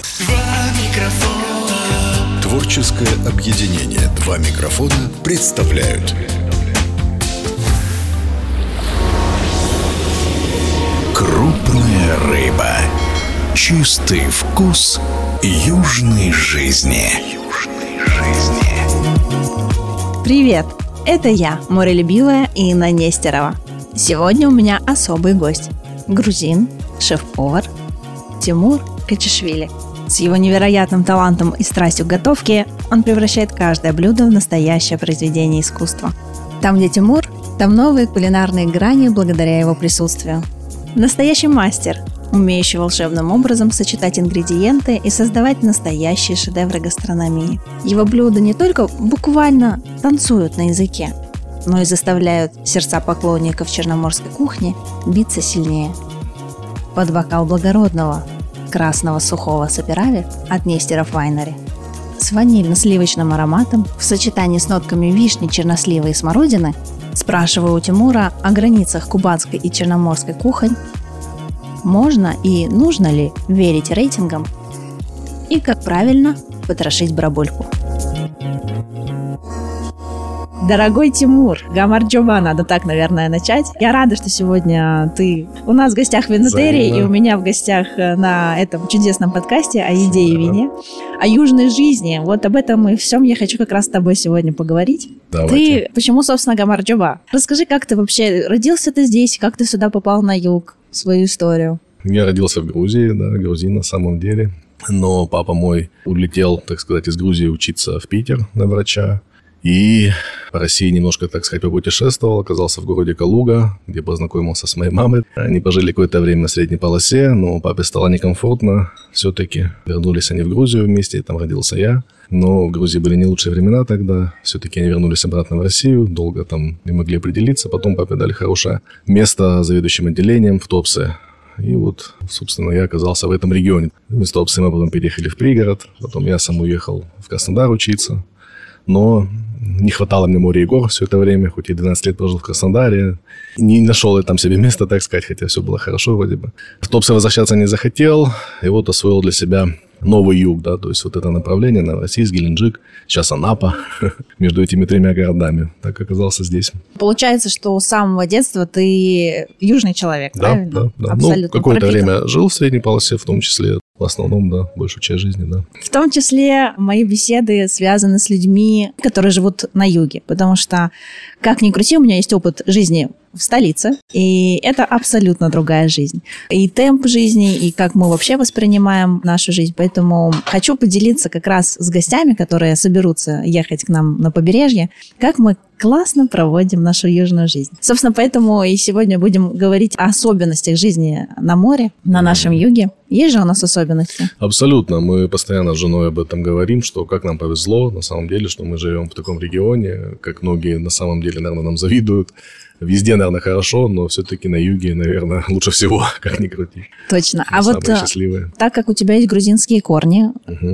Два микрофона. Творческое объединение «Два микрофона» представляют Крупная рыба. Чистый вкус южной жизни. Привет! Это я, морелюбивая Инна Нестерова. Сегодня у меня особый гость. Грузин, шеф-повар Тимур Качишвили. С его невероятным талантом и страстью к готовке он превращает каждое блюдо в настоящее произведение искусства. Там, где Тимур, там новые кулинарные грани благодаря его присутствию. Настоящий мастер, умеющий волшебным образом сочетать ингредиенты и создавать настоящие шедевры гастрономии. Его блюда не только буквально танцуют на языке, но и заставляют сердца поклонников черноморской кухни биться сильнее. Под бокал благородного красного сухого саперави от Нестеров Вайнери с ванильно-сливочным ароматом в сочетании с нотками вишни, чернослива и смородины спрашиваю у Тимура о границах кубанской и черноморской кухонь. Можно и нужно ли верить рейтингам? И как правильно потрошить барабульку? Дорогой Тимур, гамарджоба, надо так, наверное, начать. Я рада, что сегодня ты у нас в гостях в Виннотерии, и у меня в гостях на этом чудесном подкасте о еде и вине, о южной жизни. Вот об этом и всем я хочу как раз с тобой сегодня поговорить. Давайте. Ты почему, собственно, гамарджоба? Расскажи, как ты вообще родился ты здесь, как ты сюда попал на юг, свою историю. Я родился в Грузии, да, грузин на самом деле. Но папа мой улетел, так сказать, из Грузии учиться в Питер на врача. И по России немножко, так сказать, попутешествовал, оказался в городе Калуга, где познакомился с моей мамой. Они пожили какое-то время на средней полосе, но папе стало некомфортно. Все-таки вернулись они в Грузию вместе, там родился я. Но в Грузии были не лучшие времена тогда. Все-таки они вернулись обратно в Россию, долго там не могли определиться. Потом папе дали хорошее место заведующим отделением в Туапсе. И вот, собственно, я оказался в этом регионе. Мы с Туапсе мы потом переехали в пригород. Потом я сам уехал в Краснодар учиться. Но не хватало мне моря и гор все это время, хоть и 12 лет прожил в Краснодаре. Не нашел я там себе места, так сказать, хотя все было хорошо вроде бы. В Туапсе возвращаться не захотел, и вот освоил для себя новый юг, да, то есть вот это направление, Новороссийск, Геленджик, сейчас Анапа, между этими тремя городами. Так оказался здесь. Получается, что с самого детства ты южный человек, да, правильно? Да. Абсолютно. Ну, какое-то время жил в средней полосе, в том числе. В основном, да, большую часть жизни, да. В том числе мои беседы связаны с людьми, которые живут на юге, потому что, как ни крути, у меня есть опыт жизни в столице, и это абсолютно другая жизнь. И темп жизни, и как мы вообще воспринимаем нашу жизнь. Поэтому хочу поделиться как раз с гостями, которые соберутся ехать к нам на побережье, как мы классно проводим нашу южную жизнь. Собственно, поэтому и сегодня будем говорить о особенностях жизни на море, на нашем юге. Есть же у нас особенности? Абсолютно. Мы постоянно с женой об этом говорим, что как нам повезло, на самом деле, что мы живем в таком регионе, как многие на самом деле, наверное, нам завидуют. Везде, наверное, хорошо, но все-таки на юге, наверное, лучше всего, как ни крути. Точно. А вот так как у тебя есть грузинские корни,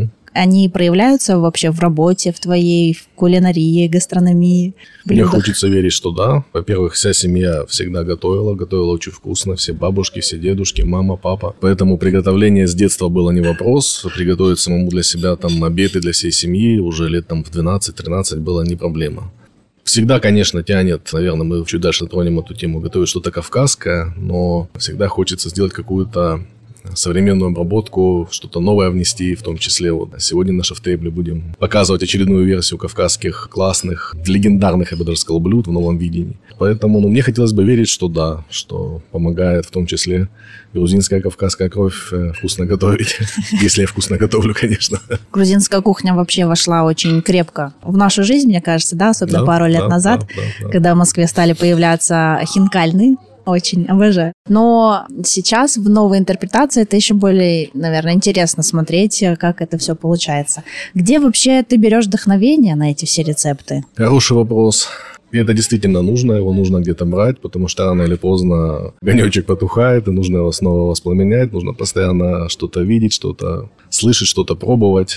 они проявляются вообще в работе, в твоей, в кулинарии, гастрономии? Мне хочется верить, что да. Во-первых, вся семья всегда готовила очень вкусно. Все бабушки, все дедушки, мама, папа. Поэтому приготовление с детства было не вопрос. Приготовить самому для себя там обеды для всей семьи уже лет там в 12-13 было не проблема. Всегда, конечно, тянет, наверное, мы чуть дальше тронем эту тему, готовить что-то кавказское, но всегда хочется сделать какую-то современную обработку, что-то новое внести, в том числе вот сегодня на шеф-тейбле будем показывать очередную версию кавказских классных, легендарных, я бы даже сказал, блюд в новом видении. Поэтому мне хотелось бы верить, что да, что помогает в том числе грузинская кавказская кровь вкусно готовить, если я вкусно готовлю, конечно. Грузинская кухня вообще вошла очень крепко в нашу жизнь, мне кажется, да, особенно пару лет назад, когда в Москве стали появляться хинкальные. Очень обожаю. Но сейчас в новой интерпретации это еще более, наверное, интересно смотреть, как это все получается. Где вообще ты берешь вдохновение на эти все рецепты? Хороший вопрос. И это действительно нужно, его нужно где-то брать, потому что рано или поздно огонечек потухает, и нужно его снова воспламенять, нужно постоянно что-то видеть, что-то слышать что-то, пробовать.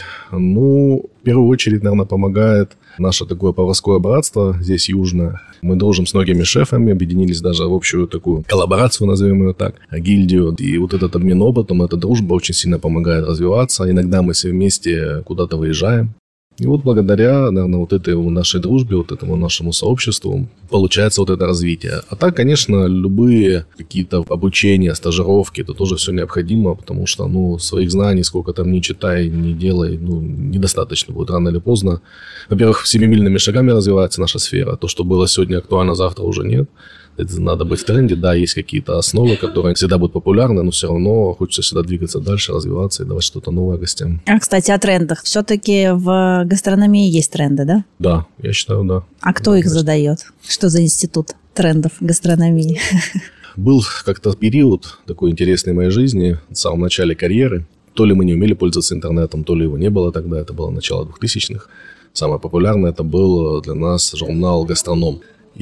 Ну, в первую очередь, наверное, помогает наше такое поварское братство здесь южное. Мы дружим с многими шефами, объединились даже в общую такую коллаборацию, назовем ее так, гильдию. И вот этот обмен опытом, эта дружба очень сильно помогает развиваться. Иногда мы все вместе куда-то выезжаем. И вот благодаря, наверное, вот этой нашей дружбе, вот этому нашему сообществу получается вот это развитие. А так, конечно, любые какие-то обучения, стажировки, это тоже все необходимо, потому что, своих знаний, сколько там ни читай, ни делай, недостаточно будет рано или поздно. Во-первых, семимильными шагами развивается наша сфера. То, что было сегодня актуально, завтра уже нет. Это надо быть в тренде. Да, есть какие-то основы, которые всегда будут популярны, но все равно хочется всегда двигаться дальше, развиваться и давать что-то новое гостям. А, кстати, о трендах. Все-таки в гастрономии есть тренды, да? Да, я считаю, да. А кто их задает? Что за институт трендов гастрономии? Был как-то период такой интересный в моей жизни, в самом начале карьеры. То ли мы не умели пользоваться интернетом, то ли его не было тогда. Это было начало 2000-х. Самое популярное это был для нас журнал «Гастроном».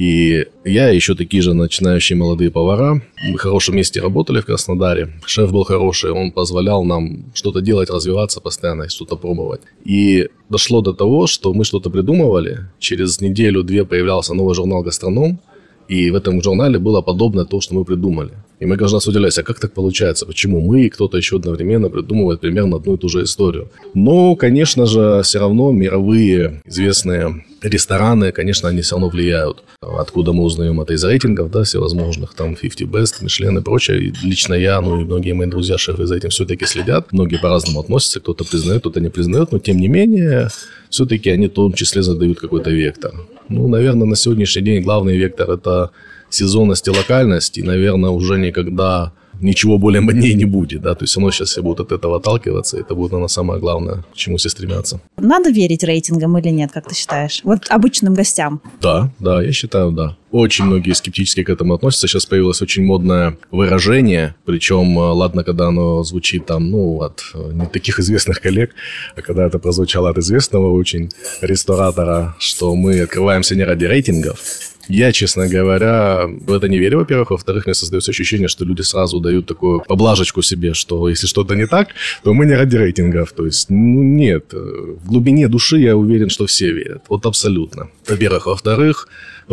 И я и еще такие же начинающие молодые повара. Мы в хорошем месте работали в Краснодаре. Шеф был хороший, он позволял нам что-то делать, развиваться постоянно и что-то пробовать. И дошло до того, что мы что-то придумывали. Через неделю-две появлялся новый журнал «Гастроном». И в этом журнале было подобное то, что мы придумали. И мы каждый раз удивлялись, а как так получается? Почему мы и кто-то еще одновременно придумывает примерно одну и ту же историю? Но, конечно же, все равно мировые известные рестораны, конечно, они все равно влияют. Откуда мы узнаем это? Из рейтингов, да, всевозможных, там 50 Best, Michelin и прочее. И лично я, и многие мои друзья, шефы за этим все-таки следят. Многие по-разному относятся, кто-то признает, кто-то не признает, но тем не менее, все-таки они в том числе задают какой-то вектор. Наверное, на сегодняшний день главный вектор – это сезонность и локальность, и, наверное, уже никогда ничего более моднее не будет, да, то есть оно сейчас все будут от этого отталкиваться, и это будет, наверное, самое главное, к чему все стремятся. Надо верить рейтингам или нет, как ты считаешь? Вот обычным гостям. Да, я считаю, да. Очень многие скептически к этому относятся. Сейчас появилось очень модное выражение, причем, ладно, когда оно звучит там, от не таких известных коллег, а когда это прозвучало от известного очень ресторатора, что мы открываемся не ради рейтингов. Я, честно говоря, в это не верю, во-первых. Во-вторых, мне создается ощущение, что люди сразу дают такую поблажечку себе, что если что-то не так, то мы не ради рейтингов. То есть, нет. В глубине души я уверен, что все верят. Вот абсолютно. Во-первых. Во-вторых,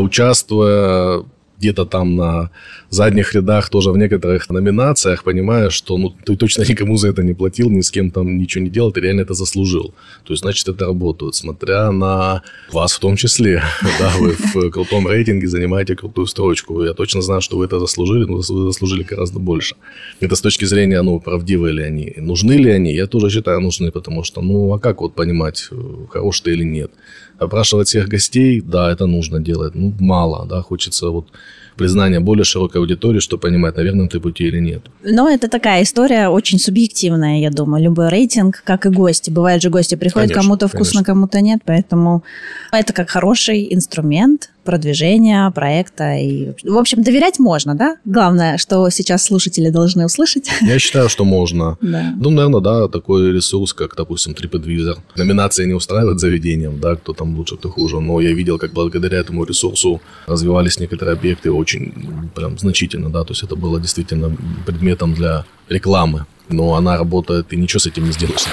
участвуя где-то там на задних рядах, тоже в некоторых номинациях, понимая, что ты точно никому за это не платил, ни с кем там ничего не делал, ты реально это заслужил. То есть, значит, это работает. Смотря на вас в том числе. Да, вы в крутом рейтинге занимаете крутую строчку. Я точно знаю, что вы это заслужили, но вы заслужили гораздо больше. Это с точки зрения, правдивы ли они, нужны ли они? Я тоже считаю, нужны, потому что, а как вот понимать, хорош ты или нет? Опрашивать всех гостей, да, это нужно делать. Мало, да, хочется признания более широкой аудитории, чтобы понимать, на верном ты пути или нет. Но это такая история очень субъективная, я думаю. Любой рейтинг, как и гости. Бывают же гости приходят, конечно, кому-то вкусно, кому-то нет, поэтому это как хороший инструмент продвижения проекта. И, в общем, доверять можно, да? Главное, что сейчас слушатели должны услышать. Я считаю, что можно. Да. Наверное, да, такой ресурс, как, допустим, TripAdvisor. Номинации не устраивают заведением, да, кто там лучше, кто хуже. Но я видел, как благодаря этому ресурсу развивались некоторые объекты очень прям значительно, да. То есть это было действительно предметом для рекламы. Но она работает, и ничего с этим не сделаешь.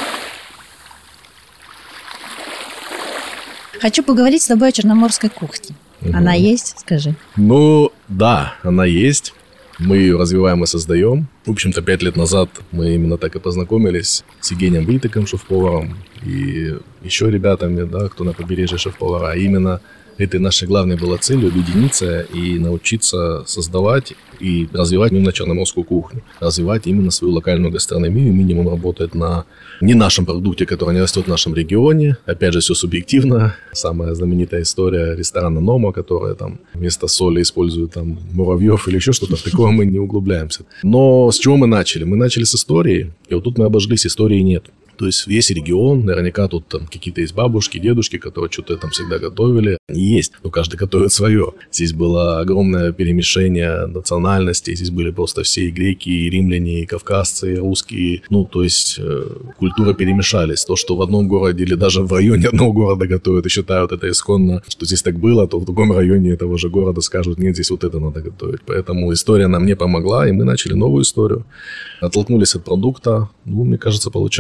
Хочу поговорить с тобой о черноморской кухне. Она есть? Скажи. Да, она есть. Мы ее развиваем и создаем. В общем-то, 5 лет назад мы именно так и познакомились с Евгением Вильтыком, шеф-поваром, и еще ребятами, да, кто на побережье шеф-повара. А именно этой нашей главной была целью объединиться и научиться создавать и развивать именно черноморскую кухню. Развивать именно свою локальную гастрономию. Минимум работает на не нашем продукте, который не растет в нашем регионе. Опять же, все субъективно. Самая знаменитая история ресторана «Нома», которая там вместо соли использует там муравьев или еще что-то. В такое мы не углубляемся. Но с чего мы начали? Мы начали с истории. И вот тут мы обожглись, истории нет. То есть весь регион, наверняка тут там какие-то есть бабушки, дедушки, которые что-то там всегда готовили. Есть, но каждый готовит свое. Здесь было огромное перемешение национальностей. Здесь были просто все и греки, и римляне, и кавказцы, и русские. То есть культуры перемешались. То, что в одном городе или даже в районе одного города готовят и считают это исконно, что здесь так было, то в другом районе этого же города скажут, нет, здесь вот это надо готовить. Поэтому история нам не помогла, и мы начали новую историю. Оттолкнулись от продукта. Мне кажется, получается. Почти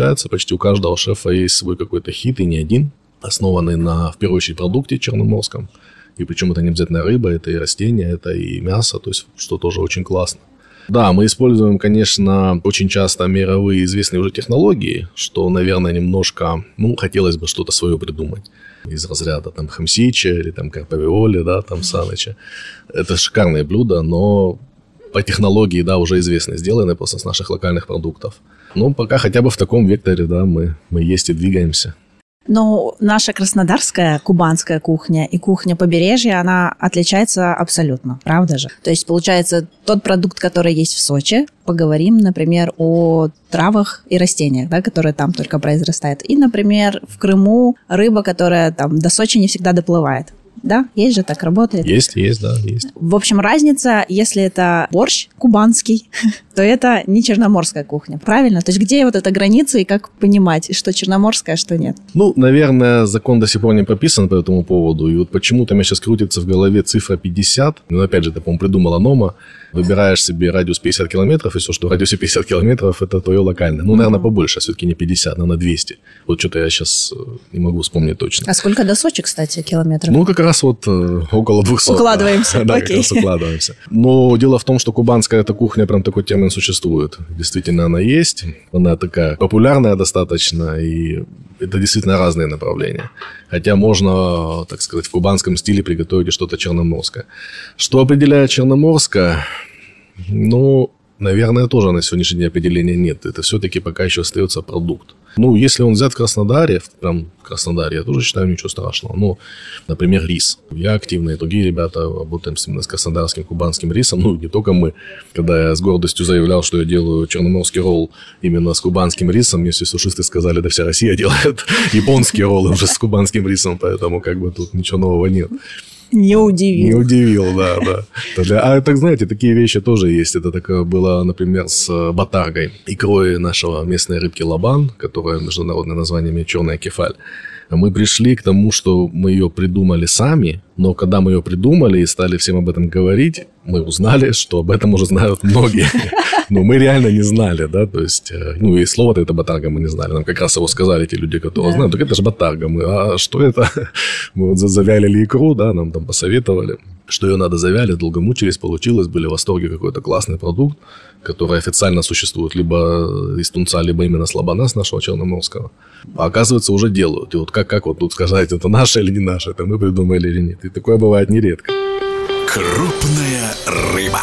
почти у каждого шефа есть свой какой-то хит, и не один, основанный на, в первую очередь, продукте черноморском. И причем это не обязательно рыба, это и растения, это и мясо, то есть что тоже очень классно. Да, мы используем, конечно, очень часто мировые известные уже технологии, что, наверное, немножко, хотелось бы что-то свое придумать. Из разряда там хамсича или там карпавиоли, да, там саныча. Это шикарные блюда, но по технологии, да, уже известны, сделаны просто с наших локальных продуктов. Но пока хотя бы в таком векторе, да, мы есть и двигаемся. Но наша краснодарская, кубанская кухня и кухня побережья, она отличается абсолютно, правда же? То есть, получается, тот продукт, который есть в Сочи, поговорим, например, о травах и растениях, да, которые там только произрастают. И, например, в Крыму рыба, которая там до Сочи не всегда доплывает. Да? Есть же, так работает? Есть, да, есть. В общем, разница, если это борщ кубанский, то это не черноморская кухня. Правильно? То есть где вот эта граница и как понимать, что черноморская, а что нет? Наверное, закон до сих пор не прописан по этому поводу. И вот почему-то у меня сейчас крутится в голове цифра 50. Опять же, это, по-моему, придумала Нома. Выбираешь себе радиус 50 километров, и все, что в радиусе 50 километров, это твое локальное. Наверное, побольше, все-таки не 50, наверное, 200. Вот что-то я сейчас не могу вспомнить точно. А сколько до Сочи, кстати, километров? Как раз вот около 200. Укладываемся, да, окей. укладываемся. Но дело в том, что кубанская эта кухня, прям такой термин существует. Действительно, она есть. Она такая популярная достаточно, и это действительно разные направления. Хотя можно, так сказать, в кубанском стиле приготовить что-то черноморское. Что определяет черноморское? Наверное, тоже на сегодняшний день определения нет. Это все-таки пока еще остается продукт. Если он взят в Краснодаре, прям в Краснодаре, я тоже считаю, ничего страшного. Например, рис. Я активно, и другие ребята работаем именно с краснодарским, кубанским рисом. Не только мы. Когда я с гордостью заявлял, что я делаю черноморский ролл именно с кубанским рисом, мне все сушисты сказали, да вся Россия делает японские роллы уже с кубанским рисом, поэтому тут ничего нового нет. Не удивил. Не удивил, да. А так, знаете, такие вещи тоже есть. Это такое было, например, с батаргой, икрой нашего местной рыбки лабан, которая международное название имеет черная кефаль. Мы пришли к тому, что мы ее придумали сами, но когда мы ее придумали и стали всем об этом говорить, мы узнали, что об этом уже знают многие. Но мы реально не знали, да, то есть, и слово-то это батарга мы не знали. Нам как раз его сказали те люди, которые знают, так это же батарга. А что это? Мы вот завялили икру, да, нам там посоветовали, что ее надо завялить, долго мучились, получилось, были в восторге, какой-то классный продукт, который официально существует либо из тунца, либо именно с лабана, с нашего черноморского. А оказывается, уже делают. И вот как вот тут сказать, это наше или не наше, это мы придумали или нет. И такое бывает нередко. Крупная рыба.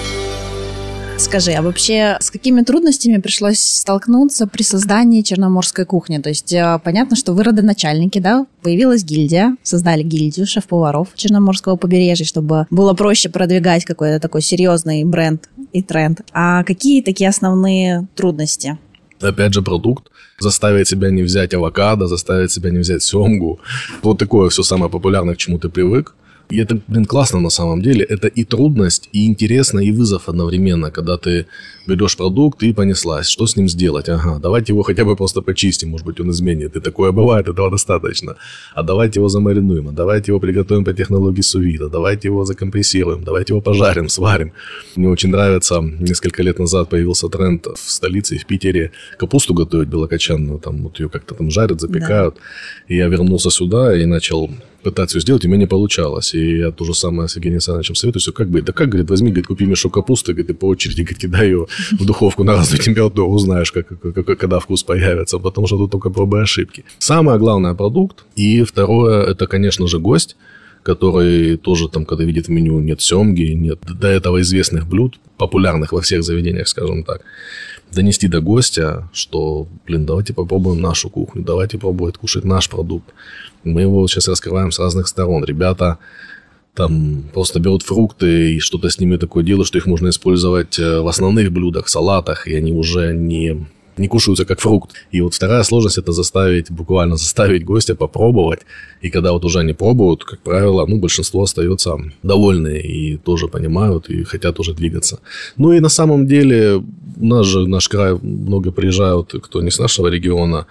Скажи, а вообще с какими трудностями пришлось столкнуться при создании черноморской кухни? То есть понятно, что вы родоначальники, да? Появилась гильдия, создали гильдию шеф-поваров Черноморского побережья, чтобы было проще продвигать какой-то такой серьезный бренд и тренд. А какие такие основные трудности? Опять же, продукт. Заставить себя не взять авокадо, заставить себя не взять семгу. Вот такое все самое популярное, к чему ты привык. И это, классно на самом деле. Это и трудность, и интересно, и вызов одновременно, когда ты берешь продукт и понеслась. Что с ним сделать? Ага, давайте его хотя бы просто почистим, может быть, он изменит. И такое бывает, этого достаточно. А давайте его замаринуем, а давайте его приготовим по технологии сous-вида, давайте его закомпрессируем, давайте его пожарим, сварим. Мне очень нравится, несколько лет назад появился тренд в столице, в Питере, капусту готовить белокочанную, там вот ее как-то там жарят, запекают. Да. И я вернулся сюда и начал пытаться ее сделать, и у меня не получалось. И я то же самое с Евгением Александровичем советую. Все, говорит, возьми, говорит, купи мешок капусты, говорит, и по очереди, говорит, кидай ее в духовку на разную температуру, узнаешь, когда вкус появится, потому что тут только пробы и ошибки. Самое главное – продукт. И второе – это, конечно же, гость, который тоже там, когда видит в меню нет семги, нет до этого известных блюд, популярных во всех заведениях, скажем так, донести до гостя, что, давайте попробуем нашу кухню, давайте пробовать кушать наш продукт. Мы его сейчас раскрываем с разных сторон. Ребята там просто берут фрукты и что-то с ними такое делают, что их можно использовать в основных блюдах, салатах, и они уже не кушаются как фрукт. И вот вторая сложность – это буквально заставить гостя попробовать. И когда вот уже они пробуют, как правило, большинство остается довольны и тоже понимают, и хотят уже двигаться. И на самом деле у нас же в наш край много приезжают, кто не с нашего региона,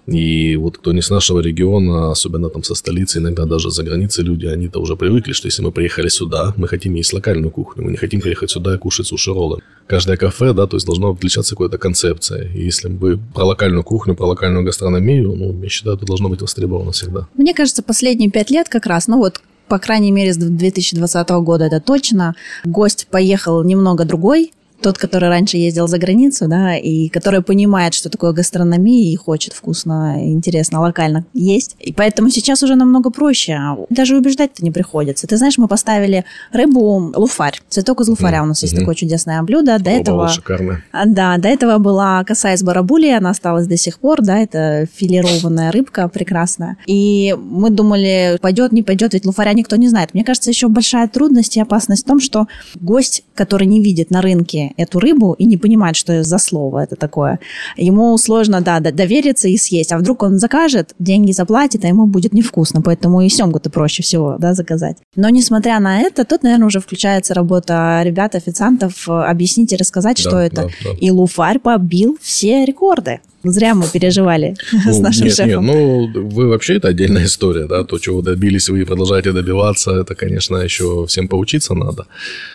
И вот кто не с нашего региона, особенно там со столицы, иногда даже за границей люди, они-то уже привыкли, что если мы приехали сюда, мы хотим есть локальную кухню, мы не хотим приехать сюда и кушать суши-роллы. Каждое кафе, да, то есть должно отличаться какой-то концепцией. И если вы про локальную кухню, про локальную гастрономию, ну, я считаю, это должно быть востребовано всегда. Мне кажется, последние 5 лет как раз, ну вот, по крайней мере, с 2020 года это точно, гость поехал немного другой, тот, который раньше ездил за границу, да, и который понимает, что такое гастрономия и хочет вкусно, интересно, локально есть. И поэтому сейчас уже намного проще. Даже убеждать-то не приходится. Ты знаешь, мы поставили рыбу луфарь. Цветок из луфаря у нас есть такое чудесное блюдо. До этого шикарно. Да, до этого была коса из барабули, она осталась до сих пор, да, это филированная рыбка прекрасная. И мы думали, пойдет, не пойдет, ведь луфаря никто не знает. Мне кажется, еще большая трудность и опасность в том, что гость, который не видит на рынке эту рыбу и не понимает, что за слово это такое, ему сложно, да, довериться и съесть. А вдруг он закажет, деньги заплатит, а ему будет невкусно. Поэтому и семгу-то проще всего, да, заказать. Но несмотря на это, тут, наверное, уже включается работа ребят, официантов, объяснить и рассказать, что это. Да. И луфарь побил все рекорды. Зря мы переживали с нашим шефом. Нет, вы вообще, это отдельная история, да, то, чего добились вы и продолжаете добиваться, это, конечно, еще всем поучиться надо.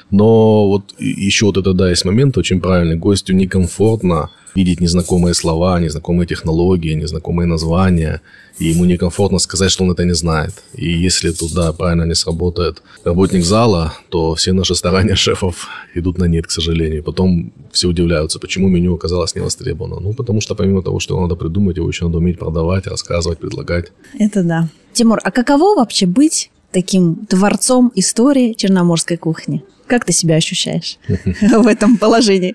Но вот еще вот это, да, есть момент очень правильный, гостю некомфортно видеть незнакомые слова, незнакомые технологии, незнакомые названия, и ему некомфортно сказать, что он это не знает. И если туда правильно не сработает работник зала, то все наши старания шефов идут на нет, к сожалению. Потом все удивляются, почему меню оказалось не востребовано. Ну, потому что помимо того, что надо придумать, его еще надо уметь продавать, рассказывать, предлагать. Это да. Тимур, а каково вообще быть таким творцом истории черноморской кухни? Как ты себя ощущаешь в этом положении?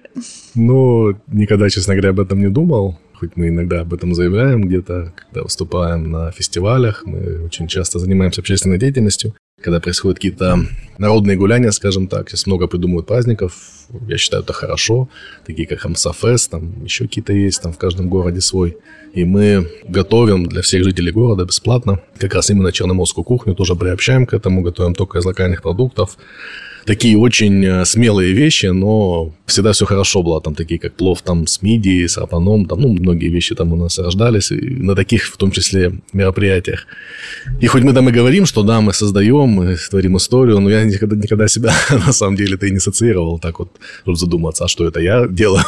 Ну, никогда, честно говоря, об этом не думал. Хоть мы иногда об этом заявляем где-то, когда выступаем на фестивалях. Мы очень часто занимаемся общественной деятельностью. Когда происходят какие-то народные гуляния, скажем так, сейчас много придумывают праздников. Я считаю, это хорошо. Такие как Хамса-фест, там еще какие-то есть, там в каждом городе свой. И мы готовим для всех жителей города бесплатно. Как раз именно черноморскую кухню тоже приобщаем к этому, готовим только из локальных продуктов. Такие очень смелые вещи, но всегда все хорошо было. Там такие, как плов там с мидией, с рапаном. Там, многие вещи там у нас рождались. И на таких, в том числе, мероприятиях. И хоть мы там и говорим, что да, мы создаем, мы творим историю, но я никогда себя, на самом деле-то и не ассоциировал. Так вот задуматься, а что это я делаю?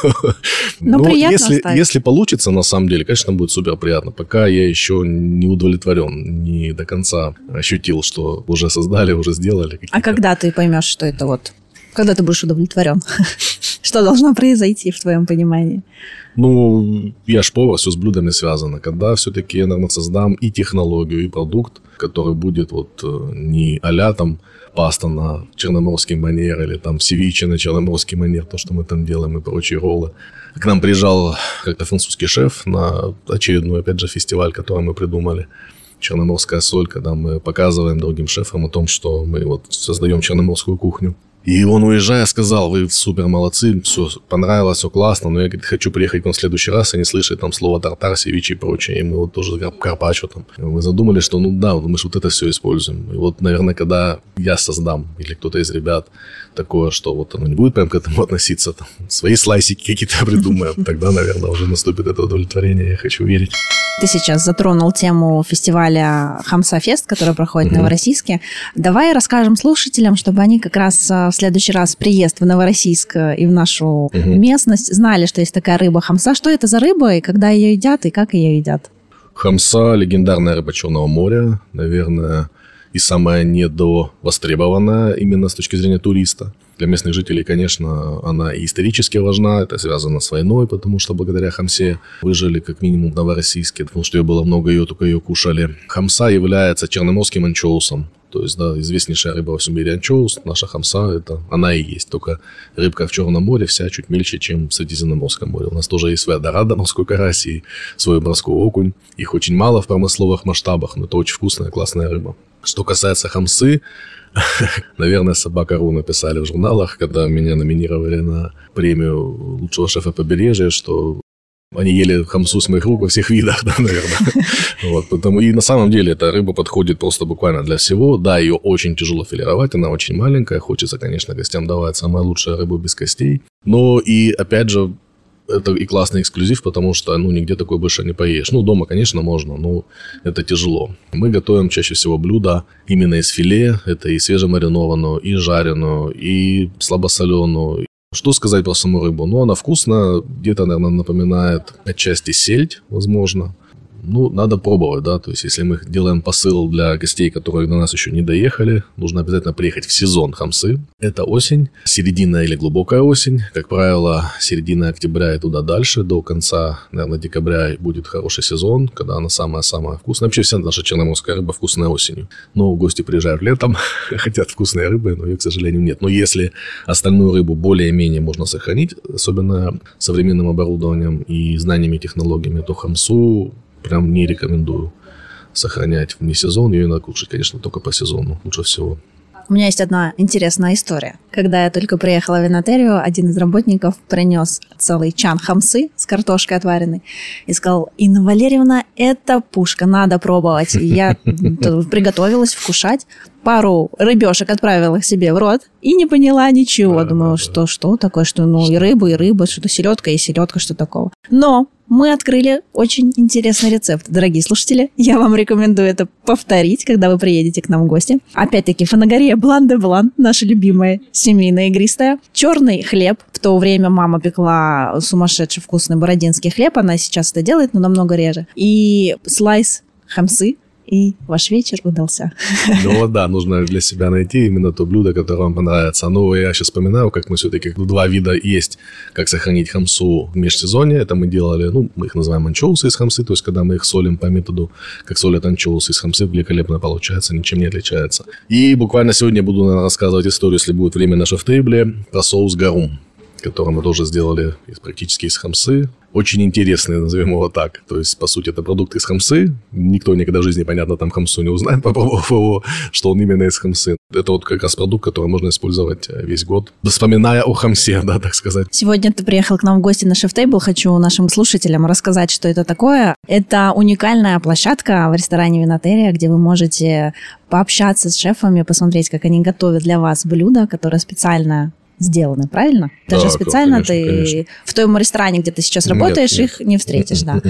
Но приятно если получится, на самом деле, конечно, будет супер приятно. Пока я еще не удовлетворен, не до конца ощутил, что уже создали, уже сделали. А когда ты поймешь, что это вот, когда ты будешь удовлетворен? Что должно произойти в твоем понимании? Ну, я ж повар, все с блюдами связано. Когда все-таки я, наверное, создам и технологию, и продукт, который будет вот не а-ля там паста на черноморский манер или там севиче на черноморский манер, то, что мы там делаем и прочие роллы. К нам приезжал как-то французский шеф на очередной, опять же, фестиваль, который мы придумали. Черноморская соль, когда мы показываем другим шефам о том, что мы вот создаем черноморскую кухню. И он, уезжая, сказал: вы супер молодцы, все понравилось, все классно, но я, говорит, хочу приехать к вам в следующий раз и не слышать там слово тартар, севиче и прочее. И мы вот тоже карпаччо там. Мы задумали, что мы же вот это все используем. И вот, наверное, когда я создам, или кто-то из ребят, такое, что вот оно не будет прям к этому относиться, там, свои слайсики какие-то придумаем, тогда, наверное, уже наступит это удовлетворение, я хочу верить. Ты сейчас затронул тему фестиваля Хамса-фест, который проходит в Новороссийске. Давай расскажем слушателям, чтобы они как раз в следующий раз приезд в Новороссийск и в нашу местность знали, что есть такая рыба хамса. Что это за рыба, и когда ее едят, и как ее едят? Хамса – легендарная рыба Черного моря, наверное, и самая недовостребованная именно с точки зрения туриста. Для местных жителей, конечно, она и исторически важна, это связано с войной, потому что благодаря хамсе выжили как минимум в Новороссийске, потому что ее было много, ее только ее кушали. Хамса является черноморским анчоусом, то есть, да, известнейшая рыба во всем мире анчоус, наша хамса, это она и есть, только рыбка в Черном море вся чуть мельче, чем в Средиземноморском море. У нас тоже есть своя дорада, морской карась и свой морской окунь, их очень мало в промысловых масштабах, но это очень вкусная, классная рыба. Что касается хамсы, наверное, «Собака.ру» написали в журналах, когда меня номинировали на премию лучшего шефа побережья, что они ели хамсу с моих рук во всех видах, да, наверное. Вот, потому, и на самом деле эта рыба подходит просто буквально для всего. Да, ее очень тяжело филировать, она очень маленькая. Хочется, конечно, гостям давать самую лучшую рыбу без костей. Но и, опять же, это и классный эксклюзив, потому что, нигде такое больше не поешь. Дома, конечно, можно, но это тяжело. Мы готовим чаще всего блюда именно из филе. Это и свежемаринованную, и жареную, и слабосоленую. Что сказать про саму рыбу? Она вкусная, где-то, наверное, напоминает отчасти сельдь, возможно. Надо пробовать, да, то есть, если мы делаем посыл для гостей, которые до нас еще не доехали, нужно обязательно приехать в сезон хамсы. Это осень, середина или глубокая осень, как правило, середина октября и туда дальше, до конца, наверное, декабря будет хороший сезон, когда она самая-самая вкусная. Вообще, вся наша черноморская рыба вкусная осенью. Но гости приезжают летом, хотят вкусной рыбы, но ее, к сожалению, нет. Но если остальную рыбу более-менее можно сохранить, особенно современным оборудованием и знаниями и технологиями, то хамсу прям не рекомендую сохранять вне сезона. Ее надо кушать, конечно, только по сезону лучше всего. У меня есть одна интересная история. Когда я только приехала в винотерию, один из работников принес целый чан хамсы с картошкой отваренной и сказал: Инна Валерьевна, это пушка, надо пробовать. И я приготовилась вкушать. Пару рыбешек отправила себе в рот и не поняла ничего. Думаю, что такое, что и рыба, что-то селедка и селедка, что такого. Но мы открыли очень интересный рецепт. Дорогие слушатели, я вам рекомендую это повторить, когда вы приедете к нам в гости. Опять-таки, фанагория Блан де Блан, наша любимая семейная игристая. Черный хлеб. В то время мама пекла сумасшедший вкусный бородинский хлеб. Она сейчас это делает, но намного реже. И слайс хамсы. И ваш вечер удался. Нужно для себя найти именно то блюдо, которое вам понравится. Я сейчас вспоминаю, как мы все-таки два вида есть, как сохранить хамсу в межсезонье. Это мы делали, мы их называем анчоусы из хамсы, то есть когда мы их солим по методу, как солят анчоусы из хамсы, великолепно получается, ничем не отличается. И буквально сегодня буду рассказывать историю, если будет время на шеф-тейбле, про соус гарум, который мы тоже сделали практически из хамсы. Очень интересный, назовем его так. То есть, по сути, это продукт из хамсы. Никто никогда в жизни, понятно, там хамсу не узнает, попробовав его, что он именно из хамсы. Это как раз продукт, который можно использовать весь год, вспоминая о хамсе, да, так сказать. Сегодня ты приехал к нам в гости на шеф-тейбл. Хочу нашим слушателям рассказать, что это такое. Это уникальная площадка в ресторане Винотерия, где вы можете пообщаться с шефами, посмотреть, как они готовят для вас блюда, которые специально сделаны, правильно? Даже специально конечно. В том ресторане, где ты сейчас работаешь, их не встретишь, да.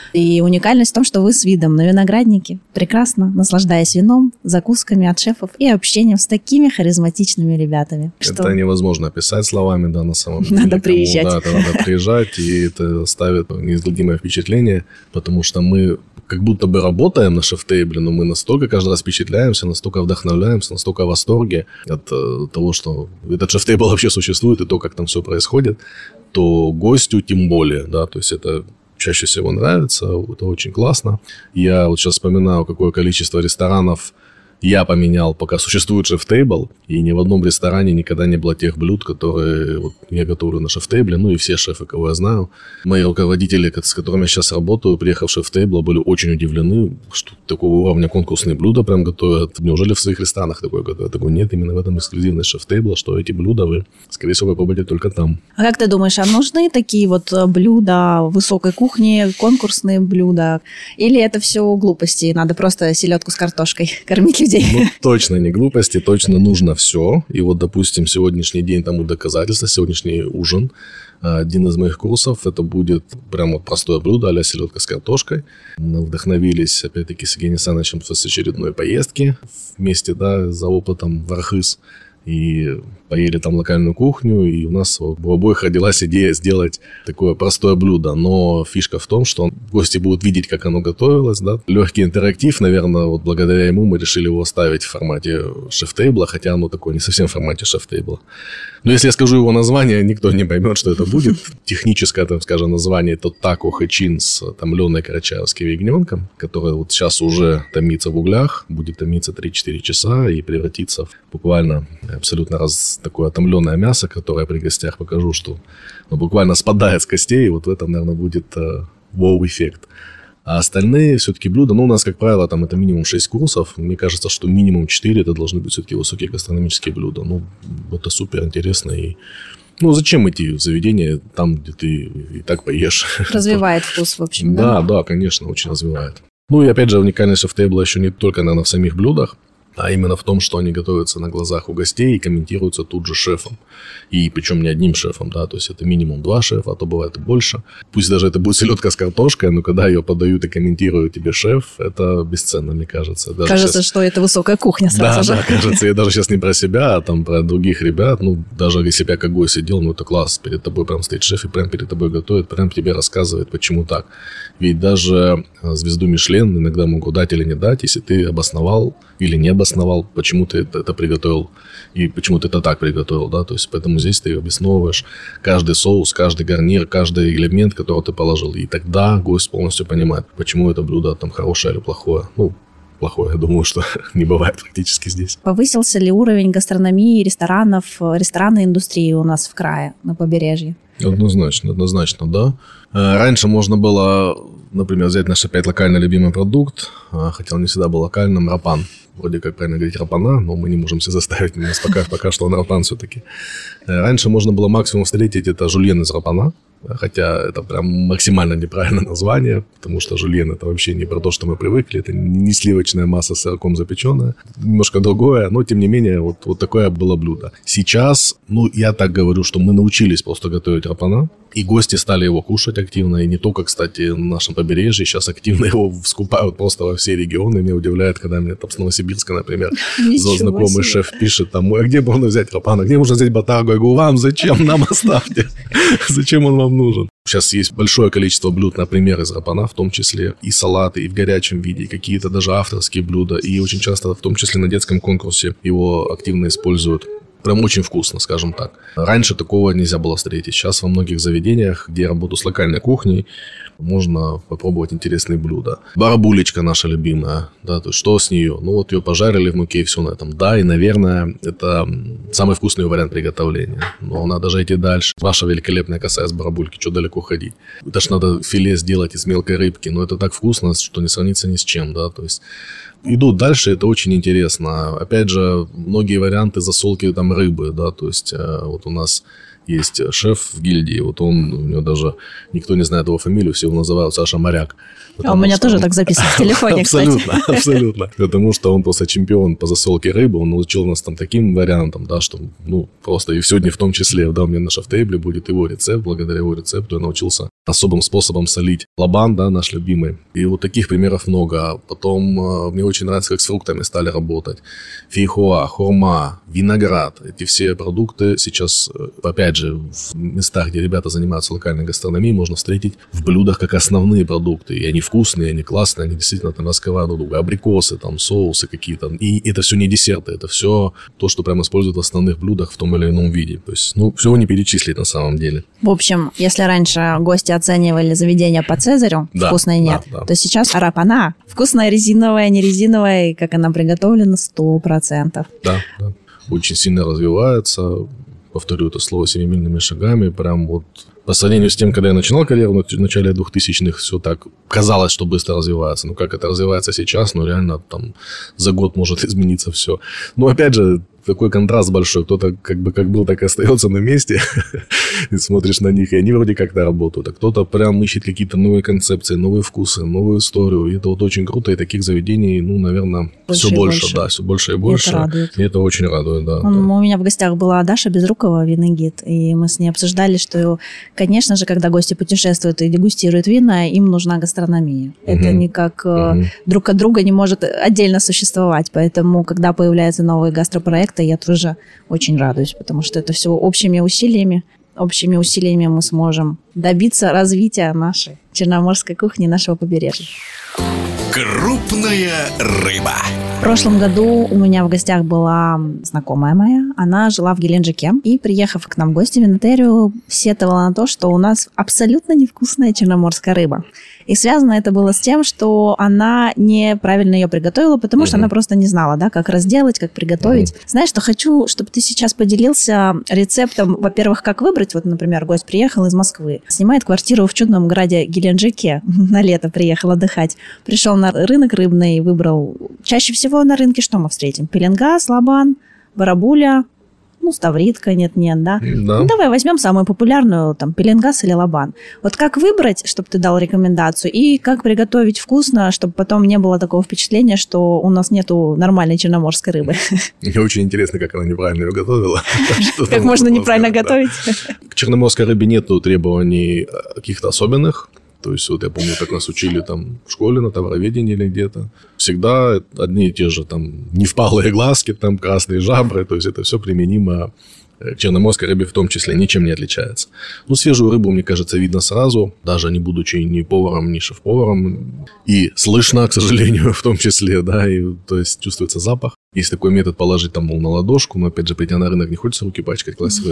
И уникальность в том, что вы с видом на виноградники, прекрасно наслаждаясь вином, закусками от шефов и общением с такими харизматичными ребятами. Это невозможно описать словами, да, на самом деле. Надо приезжать. Надо приезжать, и это ставит неизгладимое впечатление, потому что мы как будто бы работаем на шеф-тейбле, но мы настолько каждый раз впечатляемся, настолько вдохновляемся, настолько в восторге от того, что этот шеф-тейбл вообще существует, и то, как там все происходит, то гостю тем более, да, то есть это чаще всего нравится, это очень классно. Я вот сейчас вспоминаю, какое количество ресторанов я поменял, пока существует шеф-тейбл, и ни в одном ресторане никогда не было тех блюд, которые я готовлю на шеф-тейбле, и все шефы, кого я знаю. Мои руководители, с которыми я сейчас работаю, приехав в шеф-тейбл, были очень удивлены, что такого уровня конкурсные блюда прям готовят. Неужели в своих ресторанах такое готовят? Такой нет, именно в этом эксклюзивность шеф-тейбла, что эти блюда вы, скорее всего, попробуете только там. А как ты думаешь, нужны такие блюда высокой кухни, конкурсные блюда? Или это все глупости, надо просто селедку с картошкой кормить людей? Точно не глупости, точно нужно все. И допустим, сегодняшний день тому доказательство, сегодняшний ужин. Один из моих курсов, это будет прям простое блюдо а-ля селедка с картошкой. Мы вдохновились, опять-таки, с Евгением Александровичем с очередной поездки вместе, да, за опытом в Архыз. И поели там локальную кухню, и у нас у обоих родилась идея сделать такое простое блюдо. Но фишка в том, что гости будут видеть, как оно готовилось, да. Легкий интерактив, наверное, благодаря ему мы решили его оставить в формате шеф-тейбла, хотя оно такое не совсем в формате шеф-тейбла. Но если я скажу его название, никто не поймет, что это будет. Техническое, там, скажем, название это тако хэчин с томленой карачаевским ягненком, которое сейчас уже томится в углях, будет томиться 3-4 часа и превратиться в буквально абсолютно такое отомленное мясо, которое при гостях покажу, что буквально спадает с костей, и в этом, наверное, будет вау-эффект. А остальные все-таки блюда, у нас, как правило, там это минимум 6 курсов. Мне кажется, что минимум 4 это должны быть все-таки высокие гастрономические блюда. Это супер интересно. И, зачем идти в заведение там, где ты и так поешь? Развивает вкус, в общем, да? Да, конечно, очень развивает. И опять же, уникальность шеф-тейбла еще не только, наверное, в самих блюдах, а именно в том, что они готовятся на глазах у гостей и комментируются тут же шефом. И причем не одним шефом, да, то есть это минимум 2 шефа, а то бывает и больше. Пусть даже это будет селедка с картошкой, но когда ее подают и комментирует тебе шеф, это бесценно, мне кажется. Даже кажется, сейчас... что это высокая кухня сразу же. Да, кажется, я даже сейчас не про себя, а там про других ребят. Ну, даже если бы я как гость сидел, ну, это класс. Перед тобой прям стоит шеф и прям перед тобой готовит, прям тебе рассказывает, почему так. Ведь даже звезду Мишлен иногда могут дать или не дать, если ты обосновал или не обосновал, почему ты это приготовил и почему ты это так приготовил, да, то есть поэтому здесь ты обосновываешь каждый соус, каждый гарнир, каждый элемент, который ты положил, и тогда гость полностью понимает, почему это блюдо там хорошее или плохое. Ну, плохое, я думаю, что не бывает практически здесь. Повысился ли уровень гастрономии, ресторанов, ресторанной индустрии у нас в крае, на побережье? Однозначно, да. Раньше можно было, например, взять наш опять локально любимый продукт, хотя он не всегда был локальным, рапан. Вроде как правильно говорить рапана, но мы не можем себя заставить, у нас пока что он рапан все-таки. Раньше можно было максимум встретить это жульен из рапана, хотя это прям максимально неправильное название, потому что жульен это вообще не про то, что мы привыкли, это не сливочная масса с сырком запеченная, немножко другое, но тем не менее вот такое было блюдо. Сейчас, я так говорю, что мы научились просто готовить рапана, и гости стали его кушать активно, и не только, кстати, на нашем побережье, сейчас активно его скупают просто во все регионы. Меня удивляет, когда мне там с Новосибирска, например, знакомый шеф пишет там, а где можно взять рапан, а где можно взять ботагу? Я говорю, вам зачем, нам оставьте, зачем он вам нужен? Сейчас есть большое количество блюд, например, из рапана, в том числе и салаты, и в горячем виде, и какие-то даже авторские блюда, и очень часто, в том числе на детском конкурсе, его активно используют. Прям очень вкусно, скажем так. Раньше такого нельзя было встретить. Сейчас во многих заведениях, где я работаю с локальной кухней, можно попробовать интересные блюда. Барабулечка наша любимая, да, то есть что с нее? Ну вот ее пожарили в муке и все на этом. Да, и, наверное, это самый вкусный вариант приготовления. Но надо же идти дальше. Ваша великолепная коса из барабульки, что далеко ходить? Это ж надо филе сделать из мелкой рыбки, но это так вкусно, что не сравнится ни с чем, да, то есть... Идут дальше, это очень интересно. Опять же, многие варианты засолки там рыбы, да, то есть вот у нас есть шеф в гильдии, вот у него даже никто не знает его фамилию, все его называют Саша Моряк. А у меня тоже так записано в телефоне, кстати. Абсолютно. Потому что он просто чемпион по засолке рыбы, он научил нас там таким вариантом, да, что, просто и сегодня в том числе, да, у меня на шеф-тейбле будет его рецепт, благодаря его рецепту я научился особым способом солить лобан, да, наш любимый. И вот таких примеров много. Потом мне очень нравится, как с фруктами стали работать. Фейхоа, хурма, виноград. Эти все продукты сейчас, опять же, в местах, где ребята занимаются локальной гастрономией, можно встретить в блюдах как основные продукты. И они вкусные, они классные, они действительно там раскрывают друг друга. Абрикосы, там, соусы какие-то. И это все не десерты, это все то, что прямо используют в основных блюдах в том или ином виде. То есть, всего не перечислить на самом деле. В общем, если раньше гости оценивали заведение по Цезарю, да, вкусное нет, да. То сейчас рапана, вкусная резиновая, не резиновая, как она приготовлена, 100%. Да. Очень сильно развивается, повторю это слово, семимильными шагами, прям вот по сравнению с тем, когда я начинал карьеру в начале 2000-х, все так казалось, что быстро развивается. Но как это развивается сейчас, реально там за год может измениться все. Но опять же, такой контраст большой. Кто-то как был, так и остается на месте. И смотришь на них, и они вроде как-то работают. А кто-то прям ищет какие-то новые концепции, новые вкусы, новую историю. И это вот очень круто. И таких заведений, наверное, все больше. Да, все больше и больше. И это очень радует, да. У меня в гостях была Даша Безрукова, виногид. И мы с ней обсуждали, что, конечно же, когда гости путешествуют и дегустируют вина, им нужна гастрономия. Это никак друг от друга не может отдельно существовать. Поэтому, когда появляются новые гастропроекты, я тоже очень радуюсь, потому что это все общими усилиями мы сможем добиться развития нашей черноморской кухни, нашего побережья. Крупная рыба. В прошлом году у меня в гостях была знакомая моя. Она жила в Геленджике и, приехав к нам в гости в винотерию, сетовала на то, что у нас абсолютно невкусная черноморская рыба. И связано это было с тем, что она неправильно ее приготовила, потому что она просто не знала, да, как разделать, как приготовить. Знаешь, что хочу, чтобы ты сейчас поделился рецептом, во-первых, как выбрать. Вот, например, гость приехал из Москвы, снимает квартиру в чудном городе Геленджике, на лето приехал отдыхать. Пришел на рынок рыбный, выбрал. Чаще всего на рынке что мы встретим? Пеленгаз, лобан, барабуля, ставридка нет-нет, да? Да. Давай возьмем самую популярную, там, пеленгас или лабан. Вот как выбрать, чтобы ты дал рекомендацию, и как приготовить вкусно, чтобы потом не было такого впечатления, что у нас нету нормальной черноморской рыбы? Мне очень интересно, как она неправильно ее готовила. Как можно неправильно готовить? К черноморской рыбе нету требований каких-то особенных. То есть, вот я помню, как нас учили там в школе на товароведении или где-то. Всегда одни и те же там невпалые глазки, там красные жабры. То есть, это все применимо к черноморской рыбе в том числе, ничем не отличается. Свежую рыбу, мне кажется, видно сразу, даже не будучи ни поваром, ни шеф-поваром. И слышно, к сожалению, в том числе, да, и, то есть, чувствуется запах. Есть такой метод положить там, на ладошку, но, опять же, придя на рынок, не хочется руки пачкать, класть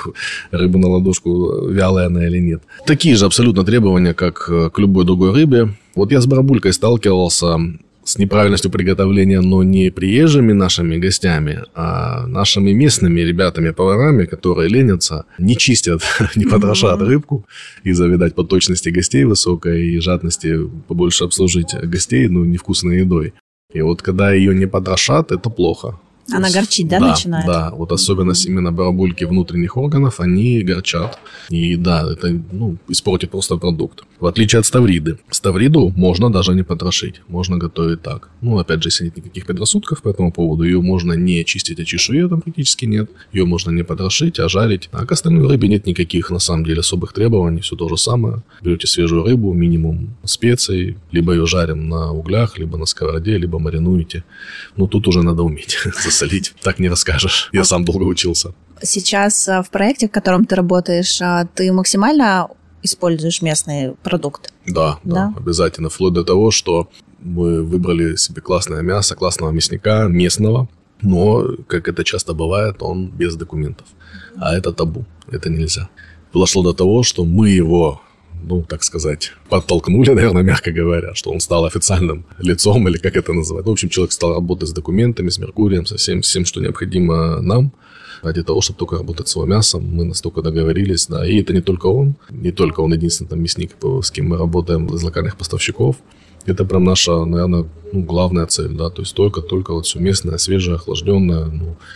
рыбу на ладошку, вялая она или нет. Такие же абсолютно требования, как к любой другой рыбе. Вот я с барабулькой сталкивался с неправильностью приготовления, но не приезжими нашими гостями, а нашими местными ребятами-поварами, которые ленятся, не чистят, не потрошат рыбку из-за, видать, поточности гостей высокой и жадности побольше обслужить гостей, невкусной едой. И вот когда ее не потрошат, это плохо. Она горчить, да, начинает? Да, вот особенность именно барабульки внутренних органов, они горчат. И да, это испортит просто продукт. В отличие от ставриды. Ставриду можно даже не потрошить. Можно готовить так. Опять же, если нет никаких предрассудков по этому поводу, ее можно не чистить, а чешуи там практически нет. Ее можно не потрошить, а жарить. А к остальной рыбе нет никаких, на самом деле, особых требований. Все то же самое. Берете свежую рыбу, минимум специй. Либо ее жарим на углях, либо на сковороде, либо маринуете. Тут уже надо уметь засолить. Так не расскажешь. Я сам долго учился. Сейчас в проекте, в котором ты работаешь, ты максимально используешь местный продукт? Да, обязательно. Вплоть до того, что мы выбрали себе классное мясо, классного мясника, местного, но, как это часто бывает, он без документов. А это табу, это нельзя. Дошло до того, что мы его, так сказать, подтолкнули, наверное, мягко говоря, что он стал официальным лицом, или как это называть. В общем, человек стал работать с документами, с Меркурием, со всем, что необходимо нам. Ради того, чтобы только работать с его мясом, мы настолько договорились, да, и это не только он единственный там мясник, с кем мы работаем из локальных поставщиков. Это прям наша, наверное, главная цель, да, то есть только вот все местное, свежее, охлажденное,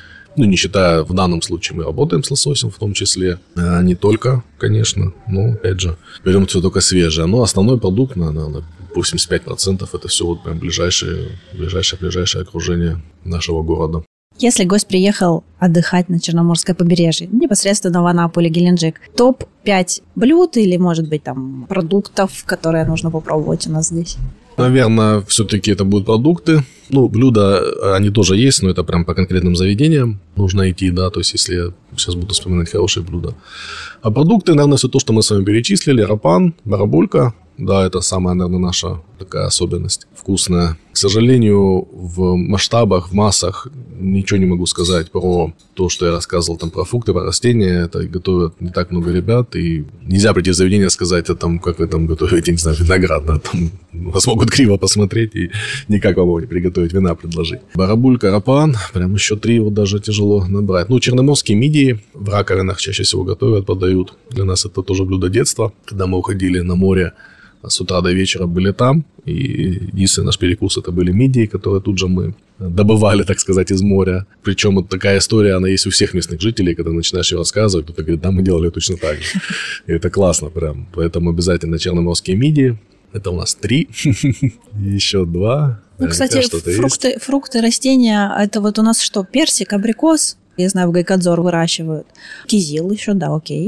не считая, в данном случае мы работаем с лососем в том числе, не только, конечно, но, опять же, берем все только свежее, но основной продукт, наверное, 85% это все вот прям ближайшее окружение нашего города. Если гость приехал отдыхать на Черноморское побережье, непосредственно в Анапу или Геленджик, топ-5 блюд или, может быть, там продуктов, которые нужно попробовать у нас здесь? Наверное, все-таки это будут продукты. Блюда, они тоже есть, но это прям по конкретным заведениям нужно идти, да, то есть если я сейчас буду вспоминать хорошие блюда. А продукты, наверное, все то, что мы с вами перечислили, рапан, барабулька, да, это самая, наверное, наша такая особенность вкусная. К сожалению, в масштабах, в массах ничего не могу сказать про то, что я рассказывал там про фрукты, про растения. Это готовят не так много ребят, и нельзя прийти в заведение и сказать, как вы там готовите, не знаю, виноград, да, там вас могут криво посмотреть и никак вам не приготовить вина предложить. Барабулька, рапан, прям еще 3 вот даже тяжело набрать. Черноморские мидии в раковинах чаще всего готовят, подают. Для нас это тоже блюдо детства, когда мы уходили на море. С утра до вечера были там, и единственный наш перекус это были мидии, которые тут же мы добывали, так сказать, из моря. Причем вот такая история, она есть у всех местных жителей, когда начинаешь ее рассказывать, кто-то говорит, да, мы делали точно так же. И это классно прям, поэтому обязательно черноморские мидии. Это у нас 3, еще 2. Кстати, фрукты, растения, это вот у нас что, персик, абрикос, я знаю, в Гайкадзор выращивают, кизил еще, да, окей.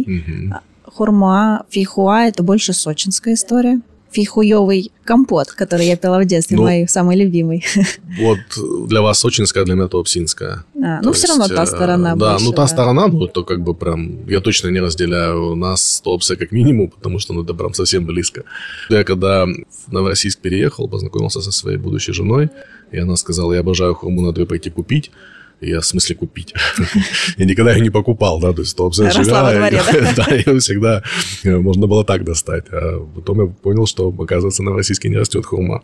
Хурма, фейхуа – это больше сочинская история. Фейхуевый компот, который я пила в детстве, мой самый любимый. Вот для вас сочинская, для меня туапсинская. Все равно та сторона да, больше. Та сторона, это как бы прям, я точно не разделяю нас, Туапсе как минимум, потому что это прям совсем близко. Я когда в Новороссийск переехал, познакомился со своей будущей женой, и она сказала, я обожаю хурму, надо ее пойти купить. Я в смысле купить. Я никогда ее не покупал, да, то есть Туапсе росла во дворе, да, ее всегда можно было так достать. А потом я понял, что, оказывается, на Новороссийске не растет хурма.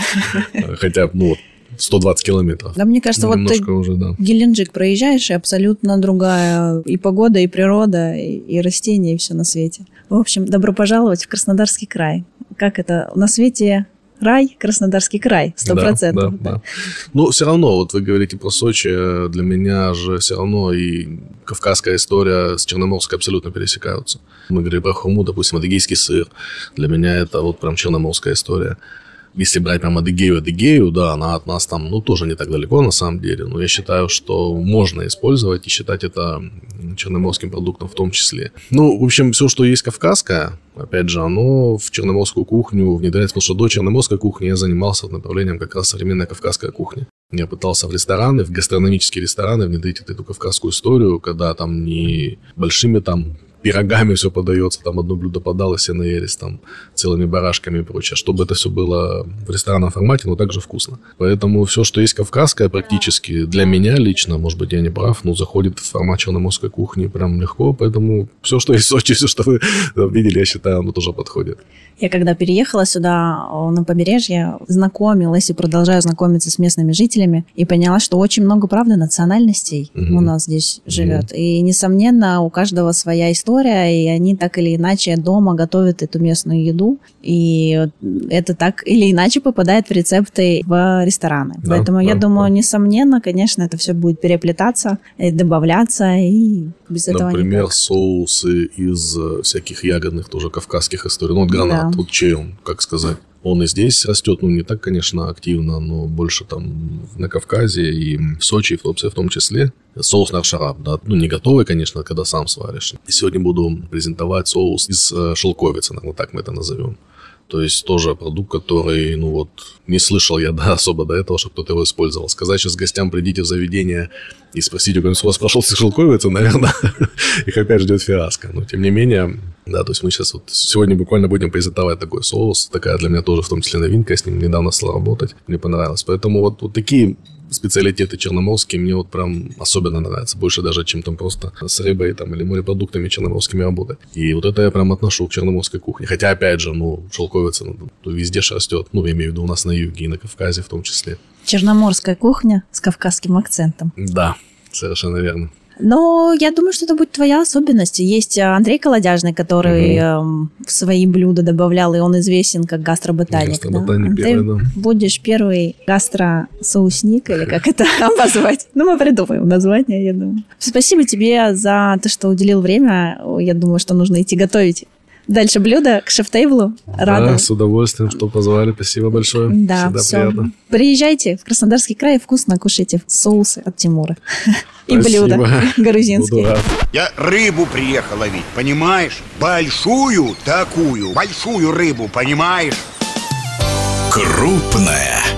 Хотя, 120 километров. Да, мне кажется, вот ты Геленджик проезжаешь, и абсолютно другая и погода, и природа, и растения, и все на свете. В общем, добро пожаловать в Краснодарский край. Как это? На свете рай, Краснодарский край, 100%. Да. Но все равно, вот вы говорите про Сочи, для меня же все равно и кавказская история с черноморской абсолютно пересекаются. Мы говорили про хурму, допустим, адыгейский сыр. Для меня это вот прям черноморская история. Если брать прям Адыгею, да, она от нас там, тоже не так далеко на самом деле, но я считаю, что можно использовать и считать это черноморским продуктом в том числе. В общем, все, что есть кавказское, опять же, оно в черноморскую кухню внедряется, потому что до черноморской кухни я занимался направлением как раз современная кавказская кухня. Я пытался в гастрономические рестораны внедрить эту кавказскую историю, когда там не большими там пирогами все подается, там одно блюдо подалось, все наелись там целыми барашками и прочее, чтобы это все было в ресторанном формате, но также вкусно. Поэтому все, что есть кавказское, практически для меня лично, может быть, я не прав, но заходит в формат черноморской кухни прям легко, поэтому все, что есть в Сочи, все, что вы видели, я считаю, оно тоже подходит. Я когда переехала сюда, на побережье, знакомилась и продолжаю знакомиться с местными жителями и поняла, что очень много, правда, национальностей у нас здесь живет. И, несомненно, у каждого своя история, и они так или иначе дома готовят эту местную еду, и это так или иначе попадает в рецепты в рестораны. Да, поэтому я думаю, несомненно, конечно, это все будет переплетаться, добавляться, и без этого никак. Например, соусы из всяких ягодных тоже кавказских историй. Гранат, вот чей он, как сказать. Он и здесь растет, не так, конечно, активно, но больше там на Кавказе и в Сочи, в том числе. Соус наршараб, да, не готовый, конечно, когда сам сваришь. И сегодня буду презентовать соус из шелковицы, наверное, так мы это назовем. То есть тоже продукт, который, не слышал я особо до этого, чтобы кто-то его использовал. Сказать сейчас гостям, придите в заведение и спросите, у вас прошел с шелковицей, наверное, их опять ждет фиаско. Но, тем не менее, да, то есть мы сейчас сегодня буквально будем презентовать такой соус. Такая для меня тоже, в том числе, новинка. Я с ним недавно стал работать. Мне понравилось. Поэтому вот такие специалитеты черноморские мне прям особенно нравятся. Больше даже, чем там просто с рыбой или морепродуктами черноморскими работать. И вот это я прям отношу к черноморской кухне. Хотя, опять же, шелковица везде же растет. Я имею в виду у нас на юге и на Кавказе в том числе. Черноморская кухня с кавказским акцентом. Да, совершенно верно. Но я думаю, что это будет твоя особенность. Есть Андрей Колодяжный, который в свои блюда добавлял, и он известен как гастроботаник. Гастроботаник, Ты будешь первый гастросоусник, или как это обозвать. Мы придумаем название, я думаю. Спасибо тебе за то, что уделил время. Я думаю, что нужно идти готовить дальше блюдо к шеф-тейблу. Рада. Да, с удовольствием, что позвали. Спасибо большое. Да, всегда все. приятно. Приезжайте в Краснодарский край и вкусно кушайте соусы от Тимура. И блюда грузинские. Я рыбу приехал ловить, понимаешь? Большую рыбу, понимаешь? Крупная